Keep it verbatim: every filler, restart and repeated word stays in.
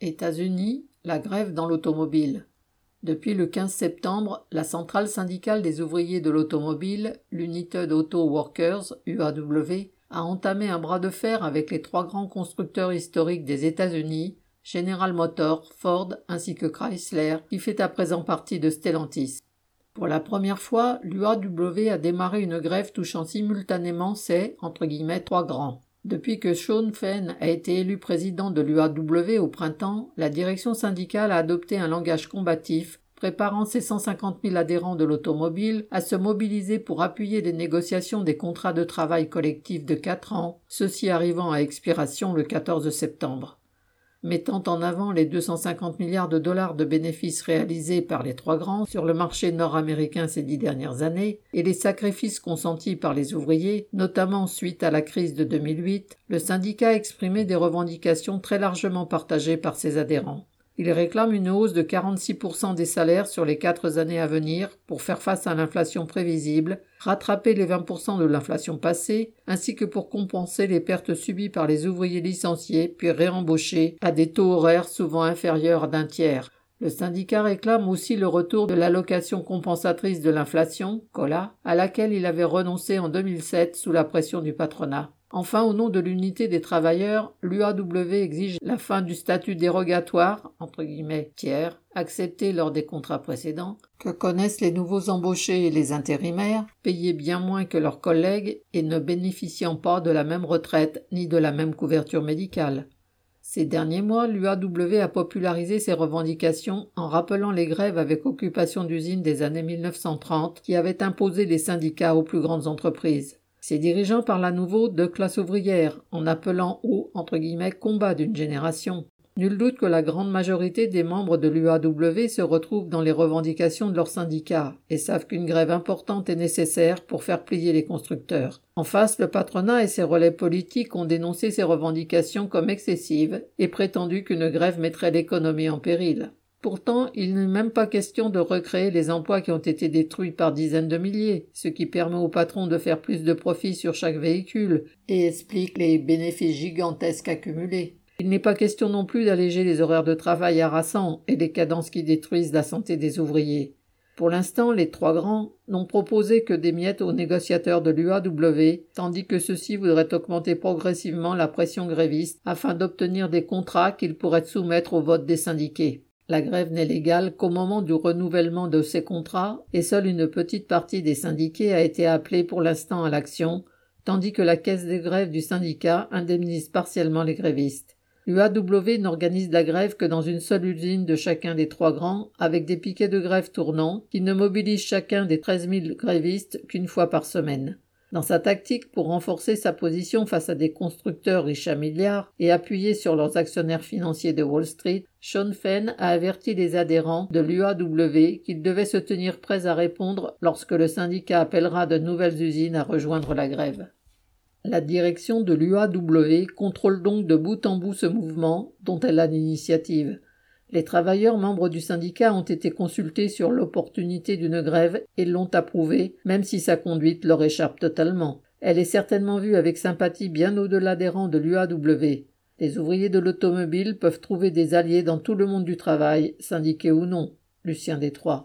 États-Unis, la grève dans l'automobile. Depuis le quinze septembre, la centrale syndicale des ouvriers de l'automobile, l'United Auto Workers, U A W, a entamé un bras de fer avec les trois grands constructeurs historiques des États-Unis, General Motors, Ford ainsi que Chrysler, qui fait à présent partie de Stellantis. Pour la première fois, l'U A W a démarré une grève touchant simultanément ces entre guillemets, trois grands. Depuis que Shawn Fain a été élu président de l'U A W au printemps, la direction syndicale a adopté un langage combatif, préparant ses cent cinquante mille adhérents de l'automobile à se mobiliser pour appuyer les négociations des contrats de travail collectifs de quatre ans, ceux-ci arrivant à expiration le quatorze septembre. Mettant en avant les deux cent cinquante milliards de dollars de bénéfices réalisés par les trois grands sur le marché nord-américain ces dix dernières années et les sacrifices consentis par les ouvriers, notamment suite à la crise de deux mille huit, le syndicat a exprimé des revendications très largement partagées par ses adhérents. Il réclame une hausse de quarante-six pour cent des salaires sur les quatre années à venir pour faire face à l'inflation prévisible, rattraper les vingt pour cent de l'inflation passée, ainsi que pour compenser les pertes subies par les ouvriers licenciés puis réembauchés à des taux horaires souvent inférieurs d'un tiers. Le syndicat réclame aussi le retour de l'allocation compensatrice de l'inflation, C O L A, à laquelle il avait renoncé en deux mille sept sous la pression du patronat. Enfin, au nom de l'unité des travailleurs, l'U A W exige la fin du statut dérogatoire, entre guillemets tiers, accepté lors des contrats précédents, que connaissent les nouveaux embauchés et les intérimaires, payés bien moins que leurs collègues et ne bénéficiant pas de la même retraite ni de la même couverture médicale. Ces derniers mois, l'U A W a popularisé ses revendications en rappelant les grèves avec occupation d'usines des années mille neuf cent trente qui avaient imposé les syndicats aux plus grandes entreprises. Ses dirigeants parlent à nouveau de classe ouvrière, en appelant au entre guillemets, combat d'une génération. Nul doute que la grande majorité des membres de l'U A W se retrouvent dans les revendications de leurs syndicats et savent qu'une grève importante est nécessaire pour faire plier les constructeurs. En face, le patronat et ses relais politiques ont dénoncé ces revendications comme excessives et prétendu qu'une grève mettrait l'économie en péril. Pourtant, il n'est même pas question de recréer les emplois qui ont été détruits par dizaines de milliers, ce qui permet aux patrons de faire plus de profit sur chaque véhicule et explique les bénéfices gigantesques accumulés. Il n'est pas question non plus d'alléger les horaires de travail harassants et les cadences qui détruisent la santé des ouvriers. Pour l'instant, les trois grands n'ont proposé que des miettes aux négociateurs de l'U A W, tandis que ceux-ci voudraient augmenter progressivement la pression gréviste afin d'obtenir des contrats qu'ils pourraient soumettre au vote des syndiqués. La grève n'est légale qu'au moment du renouvellement de ces contrats et seule une petite partie des syndiqués a été appelée pour l'instant à l'action, tandis que la caisse des grèves du syndicat indemnise partiellement les grévistes. L'U A W n'organise la grève que dans une seule usine de chacun des trois grands, avec des piquets de grève tournants qui ne mobilisent chacun des treize mille grévistes qu'une fois par semaine. Dans sa tactique pour renforcer sa position face à des constructeurs riches à milliards et appuyés sur leurs actionnaires financiers de Wall Street, Shawn Fain a averti les adhérents de l'U A W qu'ils devaient se tenir prêts à répondre lorsque le syndicat appellera de nouvelles usines à rejoindre la grève. La direction de l'U A W contrôle donc de bout en bout ce mouvement dont elle a l'initiative. Les travailleurs membres du syndicat ont été consultés sur l'opportunité d'une grève et l'ont approuvée, même si sa conduite leur échappe totalement. Elle est certainement vue avec sympathie bien au-delà des rangs de l'U A W. Les ouvriers de l'automobile peuvent trouver des alliés dans tout le monde du travail, syndiqués ou non. Lucien Détroit.